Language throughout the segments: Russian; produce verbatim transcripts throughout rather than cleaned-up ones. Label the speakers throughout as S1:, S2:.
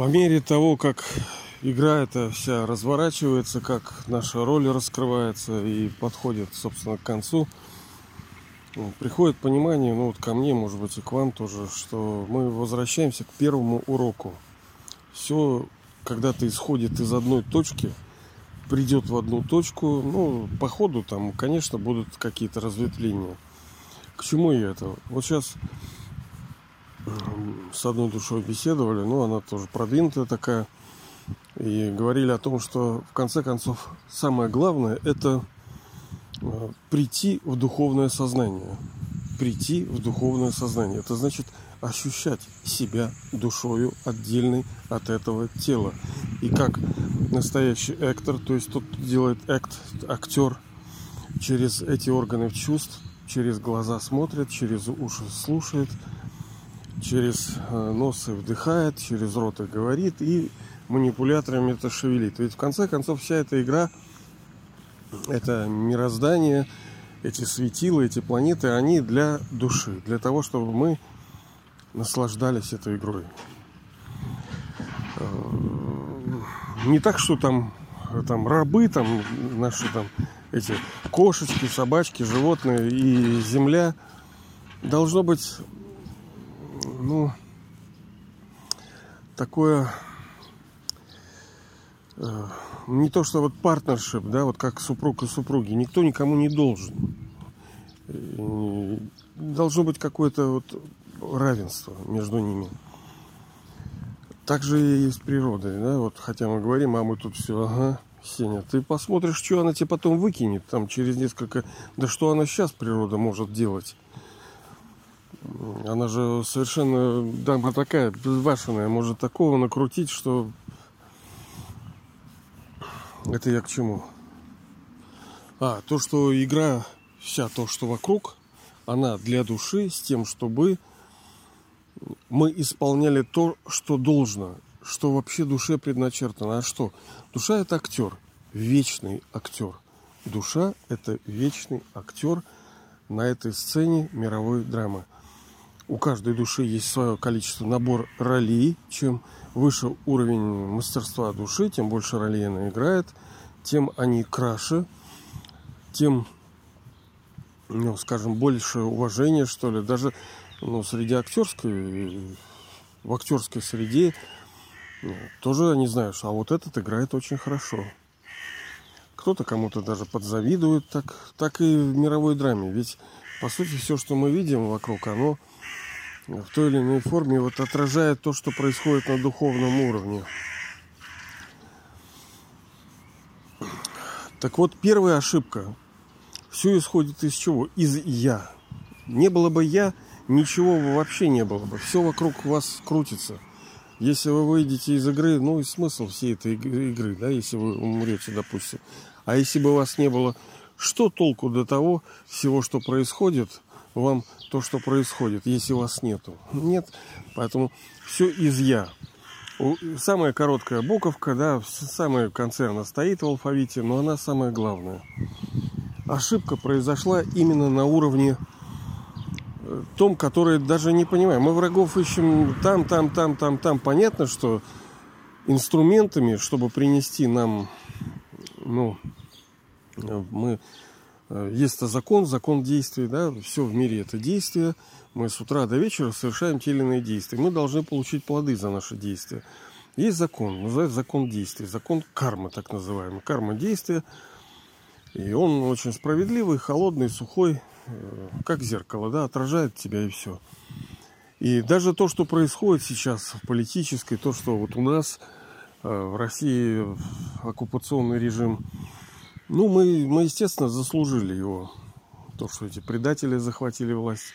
S1: По мере того, как игра эта вся разворачивается, как наша роль раскрывается и подходит, собственно, к концу, приходит понимание, ну вот ко мне, может быть, и к вам тоже, что мы возвращаемся к первому уроку. Все когда-то исходит из одной точки, придет в одну точку, ну, по ходу там, конечно, будут какие-то разветвления. К чему я это? Вот сейчас с одной душой беседовали, ну, она тоже продвинутая такая, и говорили о том, что в конце концов самое главное – это прийти в духовное сознание. Прийти в духовное сознание. Это значит ощущать себя душою отдельной от этого тела. И как настоящий актер, то есть тот, кто делает акт, актер, через эти органы чувств, через глаза смотрит, через уши слушает, через нос вдыхает, через рот и говорит, и манипуляторами это шевелит. Ведь в конце концов вся эта игра, это мироздание, эти светила, эти планеты, они для души, для того, чтобы мы наслаждались этой игрой. Не так, что там, там рабы, там наши там эти кошечки, собачки, животные и земля. Должно быть, ну, такое, э, не то, что вот партнершип, да, вот как супруг и супруги. Никто никому не должен. И должно быть какое-то вот равенство между ними. Так же и с природой, да, вот, хотя мы говорим, а мы тут все, ага, Сеня, ты посмотришь, что она тебе потом выкинет, там, через несколько, да что она сейчас, природа, может делать. Она же совершенно, дама такая, безбашенная, может такого накрутить, что... Это я к чему? А, то, что игра, вся то, что вокруг, она для души с тем, чтобы мы исполняли то, что должно, что вообще душе предначертано. А что? Душа – это актер, вечный актер. Душа – это вечный актер на этой сцене мировой драмы. У каждой души есть свое количество, набор ролей. Чем выше уровень мастерства души, тем больше ролей она играет, тем они краше, тем, ну, скажем, больше уважения, что ли. Даже, ну, среди актерской, в актерской среде, ну, тоже не знаю, а вот этот играет очень хорошо. Кто-то кому-то даже подзавидует, так, так и в мировой драме. Ведь, по сути, все, что мы видим вокруг, оно в той или иной форме вот отражает то, что происходит на духовном уровне. Так вот, первая ошибка. Все исходит из чего? Из «я». Не было бы «я», ничего вообще не было бы. Все вокруг вас крутится. Если вы выйдете из игры, ну и смысл всей этой игры, да, если вы умрете, допустим. А если бы вас не было, что толку до того всего, что происходит, вам то, что происходит, если вас нету? Нет. Поэтому все из «я». Самая короткая буковка, да, в самом конце она стоит в алфавите, но она самая главная. Ошибка произошла именно на уровне том, который даже не понимаем. Мы врагов ищем там, там, там, там, там. Понятно, что инструментами, чтобы принести нам, ну, мы... Есть закон, закон действий, да, все в мире это действие. Мы с утра до вечера совершаем те или иные действия. Мы должны получить плоды за наши действия. Есть закон, называется закон действий, закон кармы, так называемый. Карма действия. И он очень справедливый, холодный, сухой, как зеркало, да, отражает тебя и все. И даже то, что происходит сейчас в политической, то, что вот у нас в России оккупационный режим, ну, мы, мы, естественно, заслужили его. То, что эти предатели захватили власть.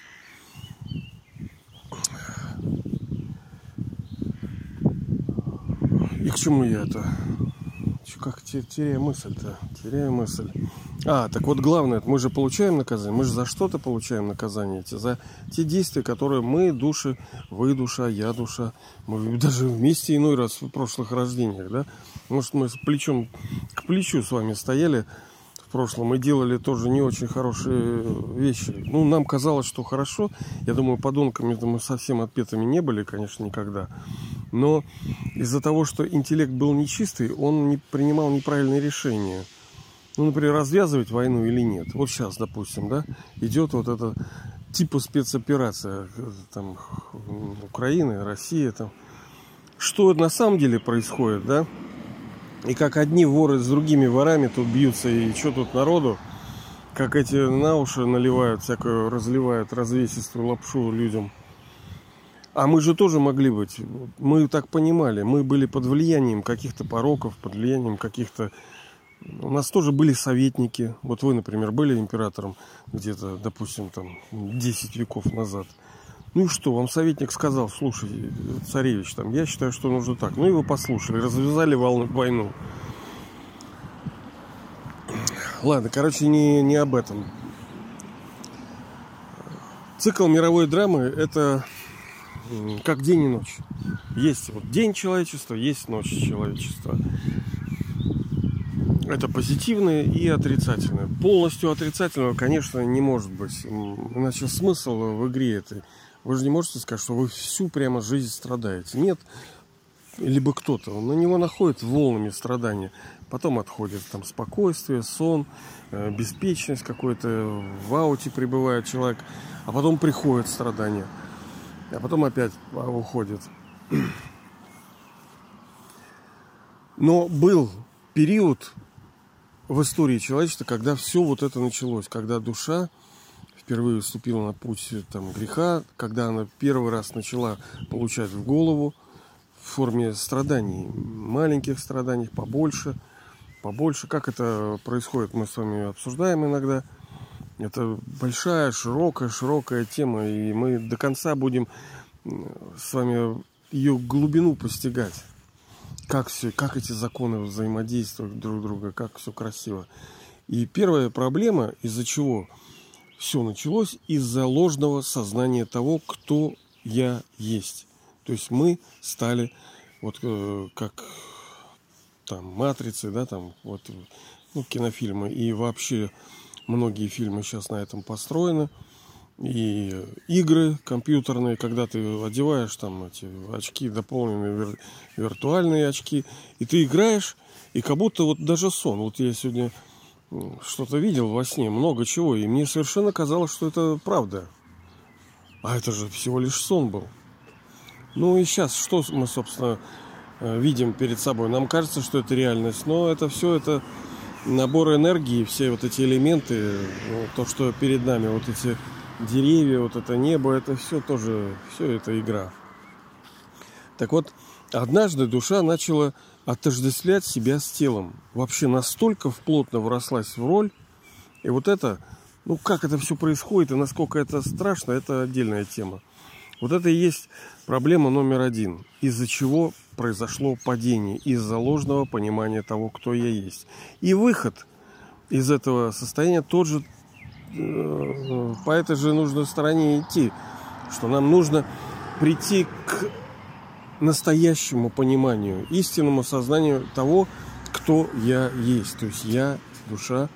S1: И к чему я это? Как теряю мысль-то? Теряю мысль. А, так вот главное, мы же получаем наказание. Мы же за что-то получаем наказание. За те действия, которые мы, души, вы душа, я душа. Мы даже вместе иной раз в прошлых рождениях, да? Может, мы с плечом к плечу с вами стояли в прошлом и делали тоже не очень хорошие вещи. Ну, нам казалось, что хорошо. Я думаю, подонками мы совсем отпетыми не были, конечно, никогда. Но из-за того, что интеллект был нечистый, он не принимал неправильные решения. Ну, например, развязывать войну или нет. Вот сейчас, допустим, да, идет вот эта типа спецоперация там, Украины, Россия. Там. Что на самом деле происходит, да? И как одни воры с другими ворами тут бьются, и что тут народу, как эти на уши наливают, всякую разливают развесистую лапшу людям. А мы же тоже могли быть, мы так понимали, мы были под влиянием каких-то пороков, под влиянием каких-то... У нас тоже были советники. Вот вы, например, были императором где-то, допустим, там десять веков назад. Ну и что, вам советник сказал, слушай, царевич, там, я считаю, что нужно так. Ну и вы послушали, развязали войну. Ладно, короче, не, не об этом. Цикл мировой драмы – это как день и ночь. Есть вот день человечества, есть ночь человечества. Это позитивное и отрицательное. Полностью отрицательного, конечно, не может быть. Иначе смысл в игре этой. Вы же не можете сказать, что вы всю прямо жизнь страдаете. Нет. Либо кто-то. Он на него находит волнами страдания. Потом отходит там спокойствие, сон, беспечность какой-то. В ауте пребывает человек. А потом приходит страдания. А потом опять уходит. Но был период в истории человечества, когда все вот это началось, когда душа впервые вступила на путь там, греха, когда она первый раз начала получать в голову в форме страданий, маленьких страданий, побольше, побольше. Как это происходит, мы с вами обсуждаем иногда. Это большая, широкая, широкая тема, и мы до конца будем с вами ее глубину постигать. Как все, как эти законы взаимодействуют друг друга, как все красиво. И первая проблема, из-за чего все началось, из-за ложного сознания того, кто я есть. То есть мы стали, вот э, как там матрицы, да, там вот ну, кинофильмы и вообще многие фильмы сейчас на этом построены. И игры компьютерные, когда ты одеваешь там эти очки, дополненные вир- виртуальные очки, и ты играешь, и как будто вот даже сон. Вот я сегодня что-то видел во сне, много чего, и мне совершенно казалось, что это правда. А это же всего лишь сон был. Ну и сейчас, что мы, собственно, видим перед собой? Нам кажется, что это реальность, но это все это набор энергии, все вот эти элементы, ну, то, что перед нами, вот эти деревья, вот это небо, это все тоже, все это игра. Так вот, однажды душа начала отождествлять себя с телом. Вообще настолько плотно врослась в роль. И вот это, ну как это все происходит и насколько это страшно, это отдельная тема. Вот это и есть проблема номер один. Из-за чего произошло падение. Из-за ложного понимания того, кто я есть. И выход из этого состояния тот же. По этой же нужной стороне идти, что нам нужно прийти к настоящему пониманию, истинному сознанию того, кто я есть. То есть я, душа,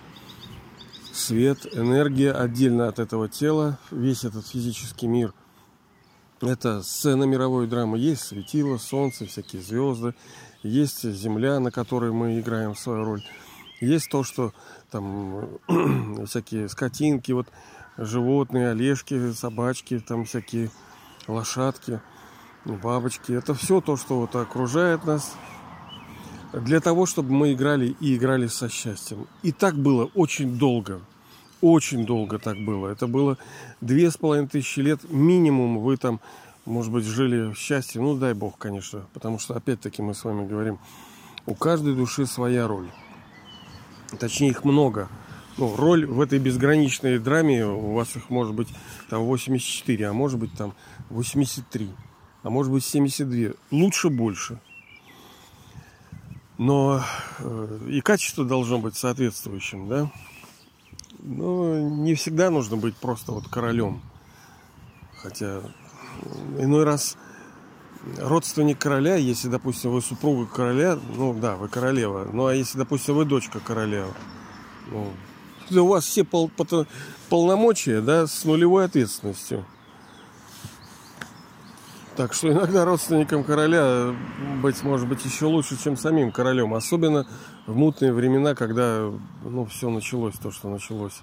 S1: свет, энергия отдельно от этого тела, весь этот физический мир. Это сцена мировой драмы. Есть светило, солнце, всякие звезды, есть земля, на которой мы играем свою роль. Есть то, что там всякие скотинки, вот животные, олешки, собачки, там всякие лошадки, бабочки. Это все то, что вот окружает нас для того, чтобы мы играли и играли со счастьем. И так было очень долго. Очень долго так было. Это было две с половиной тысячи лет минимум. Вы там, может быть, жили в счастье. Ну, дай бог, конечно. Потому что, опять-таки, мы с вами говорим, у каждой души своя роль. Точнее, их много. Ну, роль в этой безграничной драме, у вас их может быть там восемьдесят четыре, а может быть там восемьдесят три, а может быть семьдесят два. Лучше больше. Но э, и качество должно быть соответствующим, да? Но не всегда нужно быть просто вот королем. Хотя иной раз родственник короля, если, допустим, вы супруга короля, ну да, вы королева. Ну а если, допустим, вы дочка короля, ну, у вас все пол, пол, полномочия, да, с нулевой ответственностью. Так что иногда родственникам короля быть, может быть, еще лучше, чем самим королем. Особенно в мутные времена, когда, ну, все началось, то, что началось.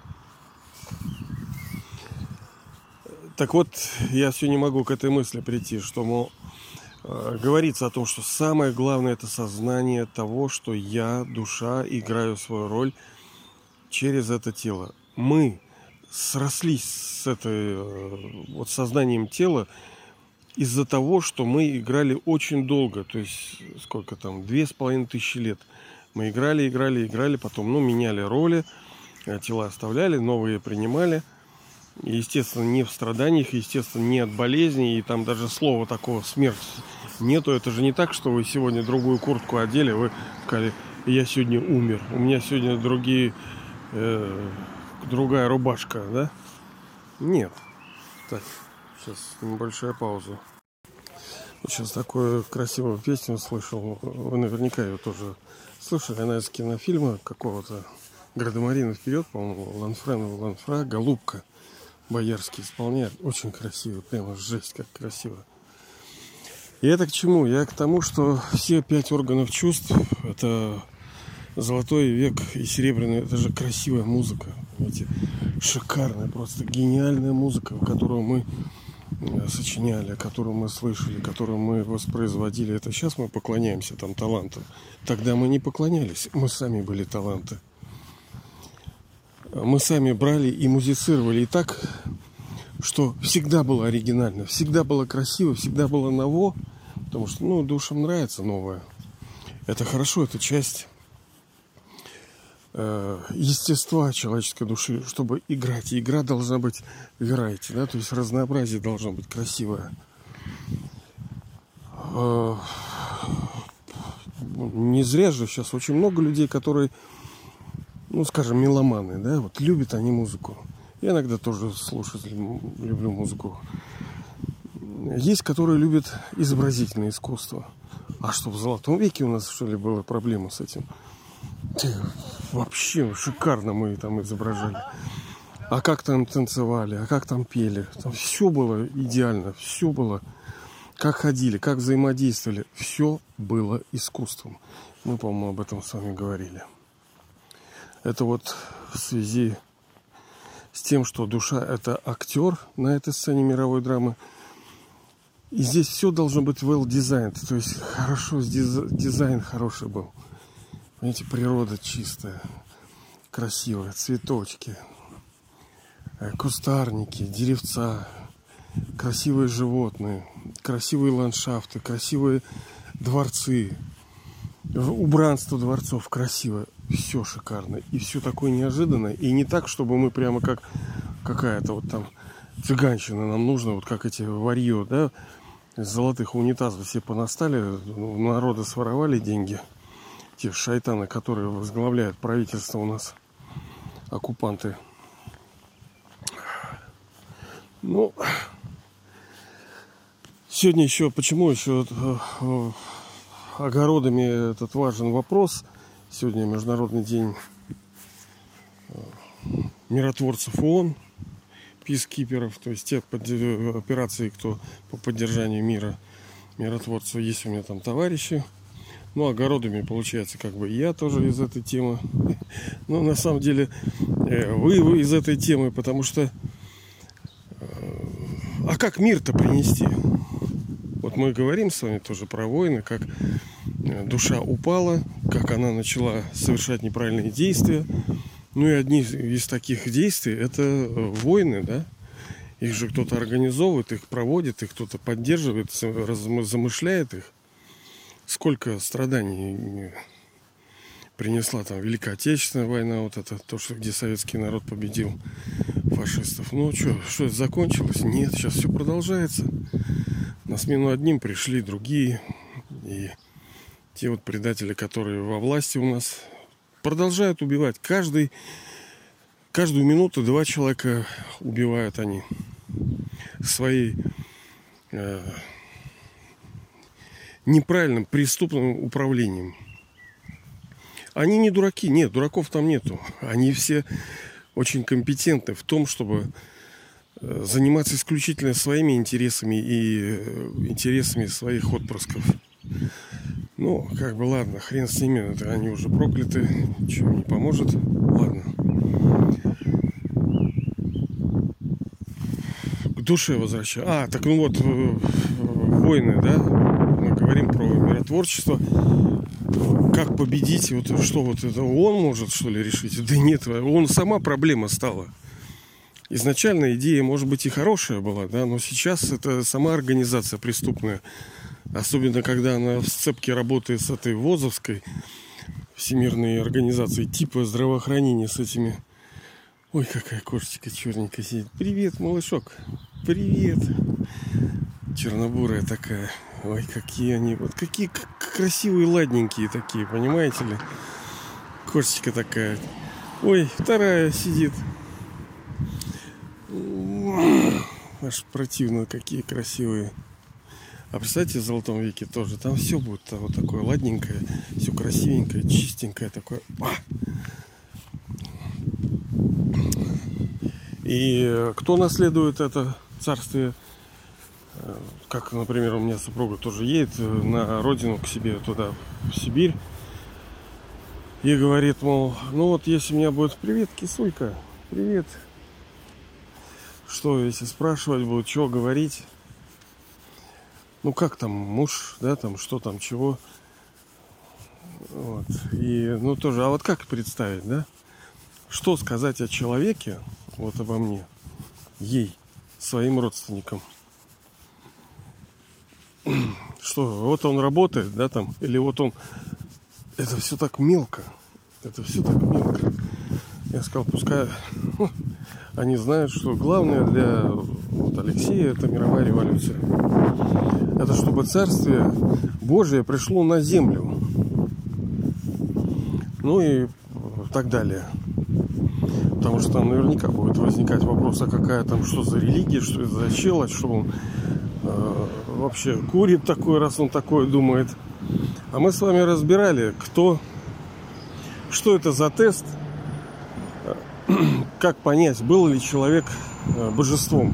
S1: Так вот, я все не могу к этой мысли прийти, что, мол, э, говорится о том, что самое главное — это сознание того, что я, душа, играю свою роль через это тело. Мы срослись с этой, э, вот сознанием тела из-за того, что мы играли очень долго, то есть сколько там, две с половиной тысячи лет. Мы играли, играли, играли, потом, ну, меняли роли, тела оставляли, новые принимали. И, естественно, не в страданиях, естественно, не от болезней, и там даже слова такого «смерть» нету. Это же не так, что вы сегодня другую куртку одели, вы сказали: я сегодня умер, у меня сегодня другие, э, другая рубашка, да? Нет. Так, сейчас небольшая пауза. Вот сейчас такую красивую песню слышал, вы наверняка ее тоже слышали, она из кинофильма какого-то «Гардемарины вперед», по-моему, Ланфрен, Ланфра, «Голубка». Боярский исполняет. Очень красиво. Прямо жесть, как красиво. И это к чему? Я к тому, что все пять органов чувств — это золотой век и серебряный. Это же красивая музыка. Понимаете? Шикарная, просто гениальная музыка, которую мы сочиняли, которую мы слышали, которую мы воспроизводили. Это сейчас мы поклоняемся там талантам. Тогда мы не поклонялись. Мы сами были таланты. Мы сами брали и музицировали и так, что всегда было оригинально, всегда было красиво, всегда было ново, потому что, ну, душам нравится новое. Это хорошо, это часть э, естества человеческой души, чтобы играть. И игра должна быть variety, да, то есть разнообразие должно быть красивое. Э, не зря же сейчас очень много людей, которые, ну, скажем, меломаны, да, вот любят они музыку. Я иногда тоже слушать люблю музыку. Есть, которые любят изобразительное искусство. А что, в золотом веке у нас, что ли, была проблема с этим? Вообще шикарно мы там изображали. А как там танцевали, а как там пели. Там все было идеально, все было. Как ходили, как взаимодействовали. Все было искусством. Мы, по-моему, об этом с вами говорили. Это вот в связи с тем, что душа — это актер на этой сцене мировой драмы. И здесь все должно быть well designed, то есть хорошо, дизайн хороший был. Понимаете, природа чистая, красивая, цветочки, кустарники, деревца, красивые животные, красивые ландшафты, красивые дворцы, убранство дворцов красивое. Все шикарно. И все такое неожиданное. И не так, чтобы мы прямо как какая-то вот там цыганщина нам нужно, вот как эти варьё, да, из золотых унитазов все понастали, народа своровали деньги. Те шайтаны, которые возглавляют правительство у нас, оккупанты. Ну, сегодня еще, почему еще э, огородами этот важен вопрос. Сегодня Международный день миротворцев ООН, пискиперов, то есть те операции, кто по поддержанию мира, миротворцев. Есть у меня там товарищи. Ну, огородами, получается, как бы я тоже из этой темы. Но на самом деле вы, вы из этой темы, потому что а как мир-то принести? Вот мы говорим с вами тоже про войны, как душа упала, как она начала совершать неправильные действия. Ну и одни из таких действий — это войны, да? Их же кто-то организовывает, их проводит, их кто-то поддерживает, замышляет их. Сколько страданий принесла там Великая Отечественная война, вот это, то, что, где советский народ победил фашистов. Ну что, что это закончилось? Нет, сейчас все продолжается. На смену одним пришли другие. И те вот предатели, которые во власти у нас, продолжают убивать. Каждый, каждую минуту два человека убивают они своей э, неправильным преступным управлением. Они не дураки, нет, дураков там нету. Они все очень компетентны в том, чтобы заниматься исключительно своими интересами и интересами своих отпрысков. Ну, как бы ладно, хрен с ними, это они уже прокляты, ничего не поможет. Ладно. К душе возвращаю. А, так ну вот, войны, да? Мы говорим про миротворчество. Как победить? Вот что вот это он может, что ли, решить? Да нет, он сама проблема стала. Изначально идея, может быть, и хорошая была, да, но сейчас это сама организация преступная. Особенно, когда она в сцепке работает с этой ВОЗовской всемирной организацией типа здравоохранения с этими... Ой, какая кошечка черненькая сидит. Привет, малышок. Привет. Чернобурая такая. Ой, какие они. Вот какие красивые, ладненькие такие, понимаете ли? Кошечка такая. Ой, вторая сидит. Аж противно, какие красивые. А представьте, в Золотом веке тоже. Там все будет вот такое ладненькое, все красивенькое, чистенькое такое. А! И кто наследует это царствие? Как, например, у меня супруга тоже едет на родину к себе туда, в Сибирь. И говорит, мол, ну вот если у меня будет привет, кисулька, привет. Что, если спрашивать будут, что говорить? Ну как там муж, да, там что там, чего. Вот. И, ну тоже, а вот как представить, да? Что сказать о человеке, вот обо мне, ей, своим родственникам? Что, вот он работает, да, там, или вот он... Это все так мелко. Это все так мелко. Я сказал, пускай ну, они знают, что главное для вот, Алексея это мировая революция. Это чтобы Царствие Божие пришло на землю. Ну и так далее. Потому что там наверняка будет возникать вопрос, а какая там, что за религия, что это за челочь, что он э, вообще курит такой, раз он такое думает. А мы с вами разбирали, кто, что это за тест, как понять, был ли человек э, божеством.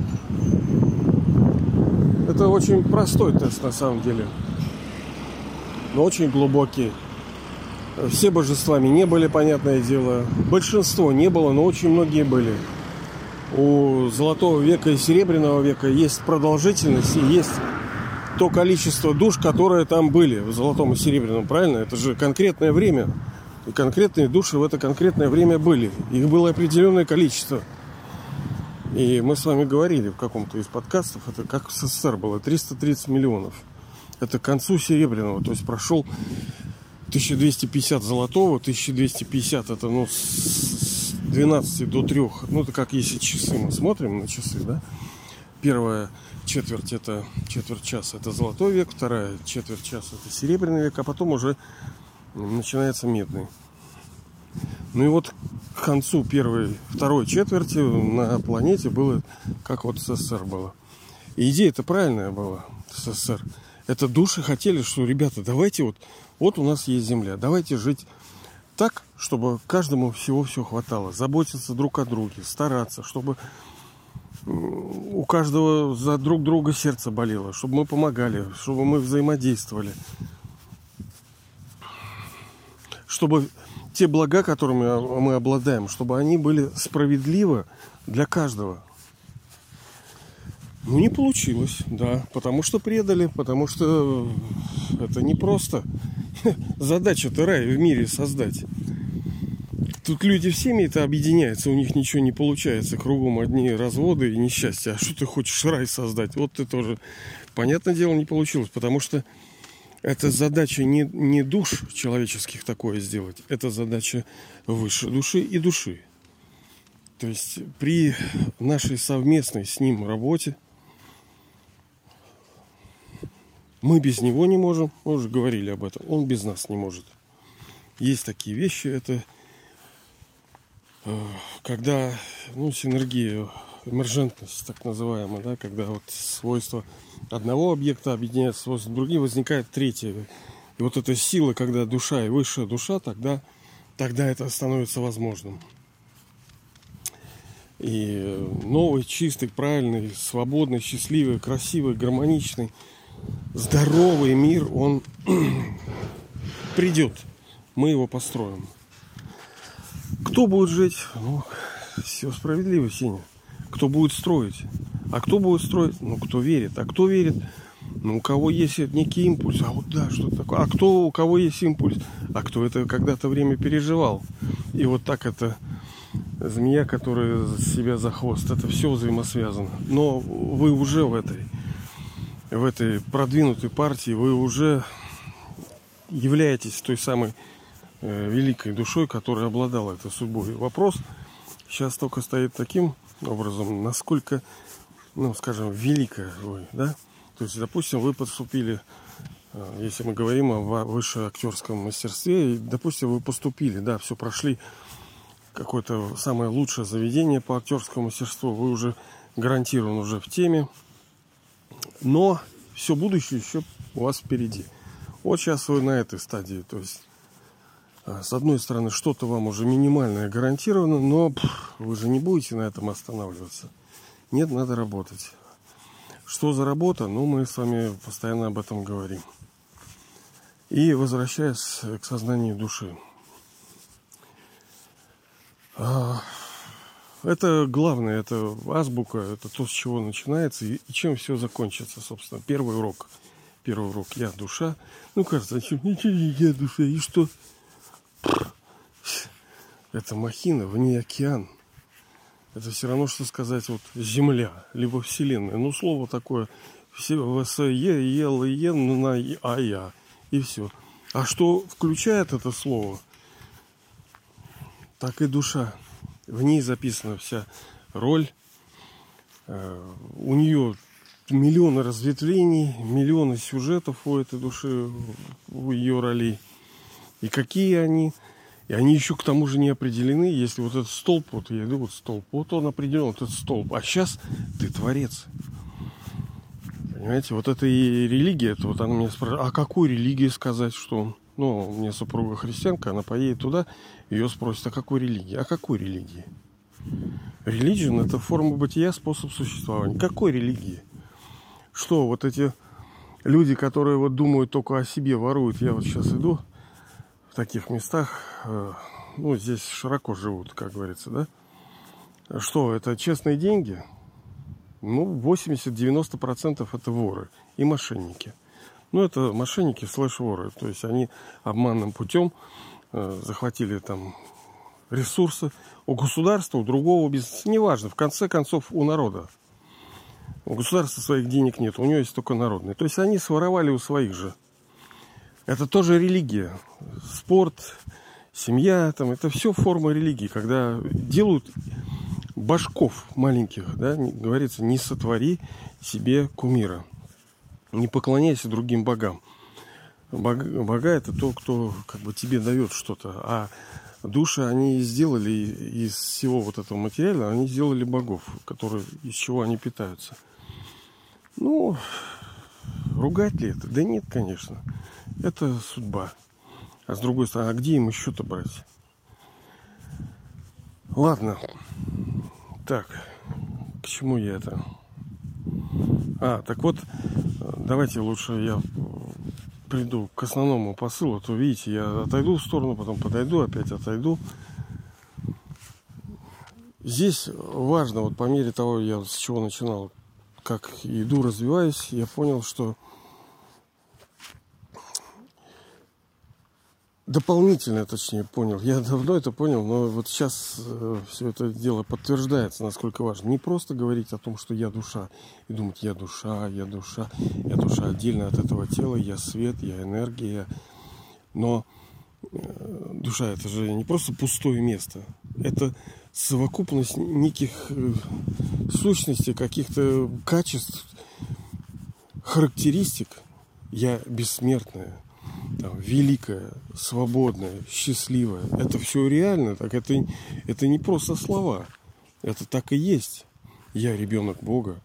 S1: Это очень простой тест на самом деле, но очень глубокий. Все божествами не были, понятное дело. Большинство не было, но очень многие были. У Золотого века и Серебряного века есть продолжительность и есть то количество душ, которые там были в Золотом и Серебряном, правильно? Это же конкретное время. И конкретные души в это конкретное время были. Их было определенное количество. И мы с вами говорили в каком-то из подкастов, это как в СССР было, триста тридцать миллионов. Это к концу Серебряного, то есть прошел тысяча двести пятьдесят золотого, тысяча двести пятьдесят это ну с двенадцати до трёх. Ну это как если часы мы смотрим на часы, да? Первая четверть это четверть часа это золотой век, вторая четверть часа это серебряный век, а потом уже начинается медный. Ну и вот к концу первой, второй четверти на планете было как вот в СССР было. И идея-то правильная была в СССР. Это души хотели, что, ребята, давайте вот, вот у нас есть Земля, давайте жить так, чтобы каждому всего все хватало, заботиться друг о друге, стараться, чтобы у каждого за друг друга сердце болело, чтобы мы помогали, чтобы мы взаимодействовали, чтобы те блага, которыми мы обладаем, чтобы они были справедливы для каждого. Ну, не получилось, да, потому что предали, потому что это непросто. Задача-то рай в мире создать. Тут люди в семьи-то объединяются, у них ничего не получается, кругом одни разводы и несчастья. А что ты хочешь рай создать? Вот ты тоже, понятное дело, не получилось, потому что это задача не, не душ человеческих такое сделать, это задача выше души и души. То есть при нашей совместной с ним работе мы без него не можем, мы уже говорили об этом, он без нас не может. Есть такие вещи, это когда, ну, синергия, эмержентность так называемая, да, когда вот свойства одного объекта объединяются с свойством других, возникает третье. И вот эта сила, когда душа и высшая душа, тогда, тогда это становится возможным. И новый, чистый, правильный, свободный, счастливый, красивый, гармоничный, здоровый мир, он придет. Мы его построим. Кто будет жить? Ну, все справедливо, Сеня. Кто будет строить? А кто будет строить? Ну, кто верит. А кто верит? Ну, у кого есть некий импульс. А вот да, что такое? А кто, у кого есть импульс? А кто это когда-то время переживал? И вот так это змея, которая себя за хвост. Это все взаимосвязано. Но вы уже в этой, в этой продвинутой партии, вы уже являетесь той самой э, великой душой, которая обладала этой судьбой. Вопрос сейчас только стоит таким образом, насколько, ну, скажем, великая вы, да? То есть, допустим, вы поступили, э, если мы говорим о высшем актерском мастерстве, и, допустим, вы поступили, да, все прошли какое-то самое лучшее заведение по актерскому мастерству, вы уже гарантирован уже в теме, но все будущее еще у вас впереди. Вот сейчас вы на этой стадии, то есть с одной стороны что-то вам уже минимальное гарантировано, но пфф, вы же не будете на этом останавливаться. Нет, надо работать. Что за работа? Ну, мы с вами постоянно об этом говорим. И возвращаясь к сознанию души. Это главное, это азбука, это то, с чего начинается и чем все закончится, собственно. Первый урок. Первый урок «Я душа». Ну, кажется, ничего не «Я душа». И что? Это махина, в ней океан. Это все равно, что сказать вот Земля, либо Вселенная. Ну, слово такое. В С Е, Е, Л, Е, на А, Я. И все. А что включает это слово? Так и душа. В ней записана вся роль. У нее миллионы разветвлений, миллионы сюжетов у этой души, у ее ролей. И какие они? И они еще к тому же не определены. Если вот этот столб, вот я иду, вот столб, вот он определен, вот этот столб. А сейчас ты творец. Понимаете, вот это и религия, это вот она меня спрашивает, а какую религию сказать, что... Ну, у меня супруга христианка, она поедет туда, ее спросят, а какой религии? А какой религии? Религион – это форма бытия, способ существования. Какой религии? Что, вот эти люди, которые вот думают только о себе, воруют. Я вот сейчас иду в таких местах, ну, здесь широко живут, как говорится, да? Что, это честные деньги? Ну, восемьдесят-девяносто процентов это воры и мошенники. Ну, это мошенники слэш-воры. То есть они обманным путем э, захватили там ресурсы у государства, у другого бизнеса. Неважно, в конце концов, у народа. У государства своих денег нет, у него есть только народные. То есть они своровали у своих же. Это тоже религия. Спорт, семья, там, это все форма религии. Когда делают башков маленьких, да, говорится, не сотвори себе кумира. Не поклоняйся другим богам. Бог, бога это то, кто как бы тебе дает что-то. А души они сделали из всего вот этого материала, они сделали богов, которые, из чего они питаются. Ну, ругать ли это? Да нет, конечно. Это судьба. А с другой стороны, а где им еще-то брать? Ладно. Так, к чему я это? А, так вот, давайте лучше я приду к основному посылу. То видите, я отойду в сторону, потом подойду, опять отойду. Здесь важно, вот по мере того, я с чего начинал, как иду, развиваюсь, я понял, что дополнительно, точнее, понял. Я давно это понял, но вот сейчас э, все это дело подтверждается, насколько важно. Не просто говорить о том, что я душа, и думать, я душа, я душа, я душа отдельно от этого тела, я свет, я энергия. Но э, душа это же не просто пустое место. Это совокупность неких э, сущностей, каких-то качеств, характеристик. Я бессмертная. Там, великая, свободная, счастливая. Это все реально. Так это, это не просто слова. Это так и есть. Я ребенок Бога.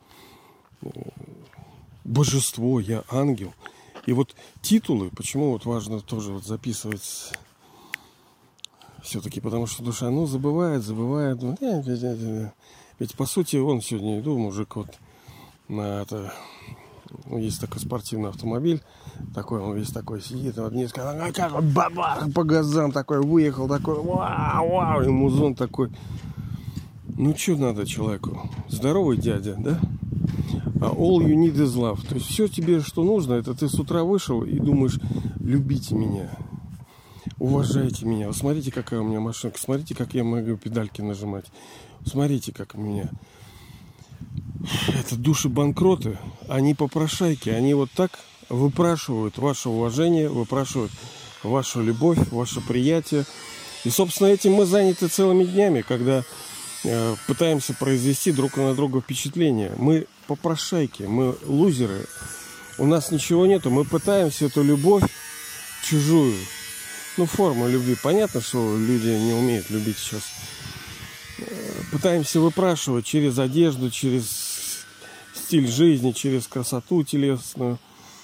S1: Божество, я ангел. И вот титулы, почему вот важно тоже вот записывать все-таки, потому что душа, ну, забывает, забывает. Ведь по сути, вон сегодня иду, мужик вот на это, ну, есть такой спортивный автомобиль, такой он весь такой сидит, вот несколько, как он бабах по газам такой выехал, такой вау, вау, и музон такой. Ну что надо человеку? Здоровый дядя, да? А all you need is love. То есть все тебе, что нужно, это ты с утра вышел и думаешь, любите меня, уважайте меня. Вот смотрите, какая у меня машинка, смотрите, как я могу педальки нажимать. Смотрите, как у меня. Это души-банкроты, они попрошайки, они вот так выпрашивают ваше уважение, выпрашивают вашу любовь, ваше приятие. И, собственно, этим мы заняты целыми днями, когда э, пытаемся произвести друг на друга впечатление. Мы попрошайки, мы лузеры, у нас ничего нету, мы пытаемся эту любовь чужую, ну, форму любви. Понятно, что люди не умеют любить сейчас. Пытаемся выпрашивать через одежду, через стиль жизни, через красоту телесную.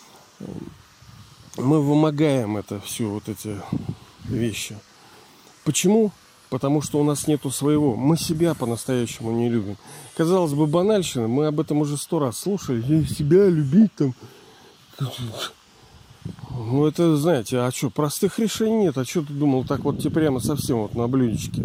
S1: Мы вымогаем это все, вот эти вещи. Почему? Потому что у нас нету своего. Мы себя по-настоящему не любим. Казалось бы, банальщина. Мы об этом уже сто раз слушали. Я себя любить там. Ну, это, знаете, а что, простых решений нет. А что ты думал, так вот тебе прямо совсем вот на блюдечке?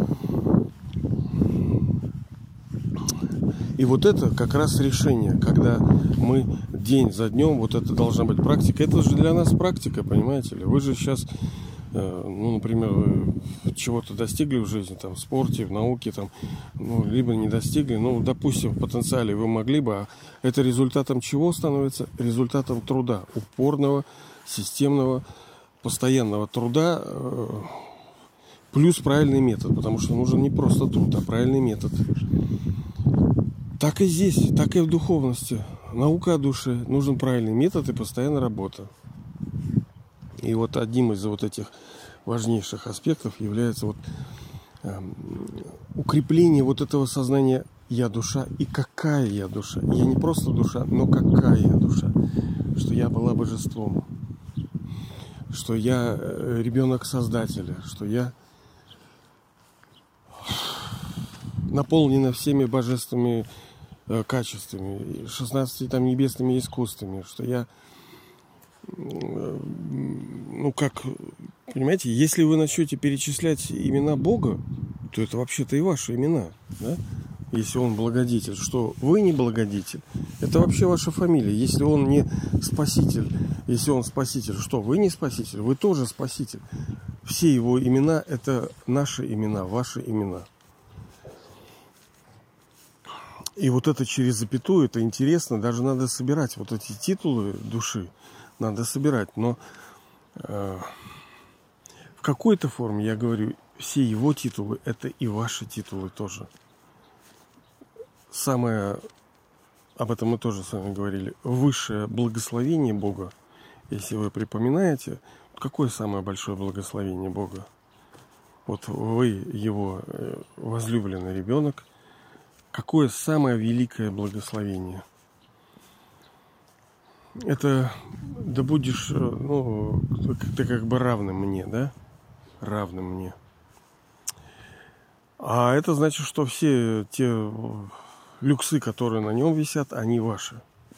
S1: И вот это как раз решение, когда мы день за днем, вот это должна быть практика. Это же для нас практика, понимаете ли? Вы же сейчас, ну, например, вы чего-то достигли в жизни, там, в спорте, в науке, там, ну, либо не достигли, ну, допустим, в потенциале вы могли бы, а это результатом чего становится? Результатом труда, упорного, системного, постоянного труда, плюс правильный метод, потому что нужен не просто труд, а правильный метод. Так и здесь, так и в духовности. Наука о душе, нужен правильный метод и постоянная работа. И вот одним из вот этих важнейших аспектов является вот э, укрепление вот этого сознания «я душа» и «какая я душа». Я не просто душа, но какая я душа. Что я была божеством, что я ребенок Создателя, что я наполнена всеми божественными э, качествами, шестнадцатью там небесными искусствами, что я, э, ну как, понимаете, если вы начнете перечислять имена Бога, то это вообще-то и ваши имена, да? Если он благодетель, что вы не благодетель, это вообще ваша фамилия. Если он не спаситель, если он спаситель, что вы не спаситель, вы тоже спаситель. Все его имена – это наши имена, ваши имена. И вот это через запятую, это интересно, даже надо собирать вот эти титулы души, надо собирать, но э, в какой-то форме, я говорю, все его титулы, это и ваши титулы тоже. Самое, об этом мы тоже с вами говорили, высшее благословение Бога, если вы припоминаете, какое самое большое благословение Бога? Вот вы его возлюбленный ребенок. Какое самое великое благословение? Это да будешь, ну, ты как бы равным мне, да? Равным мне. А это значит, что все те люксы, которые на нем висят, они ваши.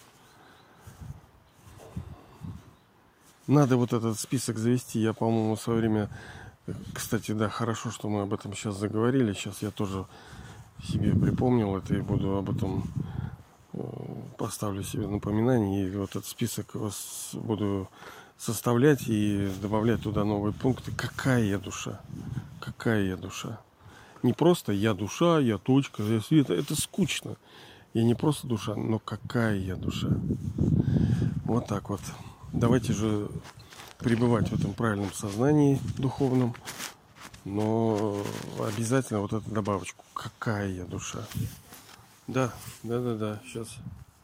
S1: Надо вот этот список завести. Я, по-моему, в свое время... Кстати, да, хорошо, что мы об этом сейчас заговорили. Сейчас я тоже себе припомнил это и буду об этом, поставлю себе напоминание, и вот этот список буду составлять и добавлять туда новые пункты. Какая я душа? Какая я душа? Не просто я душа, я точка, я свет. Это скучно. Я не просто душа, но какая я душа? Вот так вот. Давайте же пребывать в этом правильном сознании духовном. Но обязательно вот эту добавочку. Какая я душа. Да, да, да, да. Сейчас.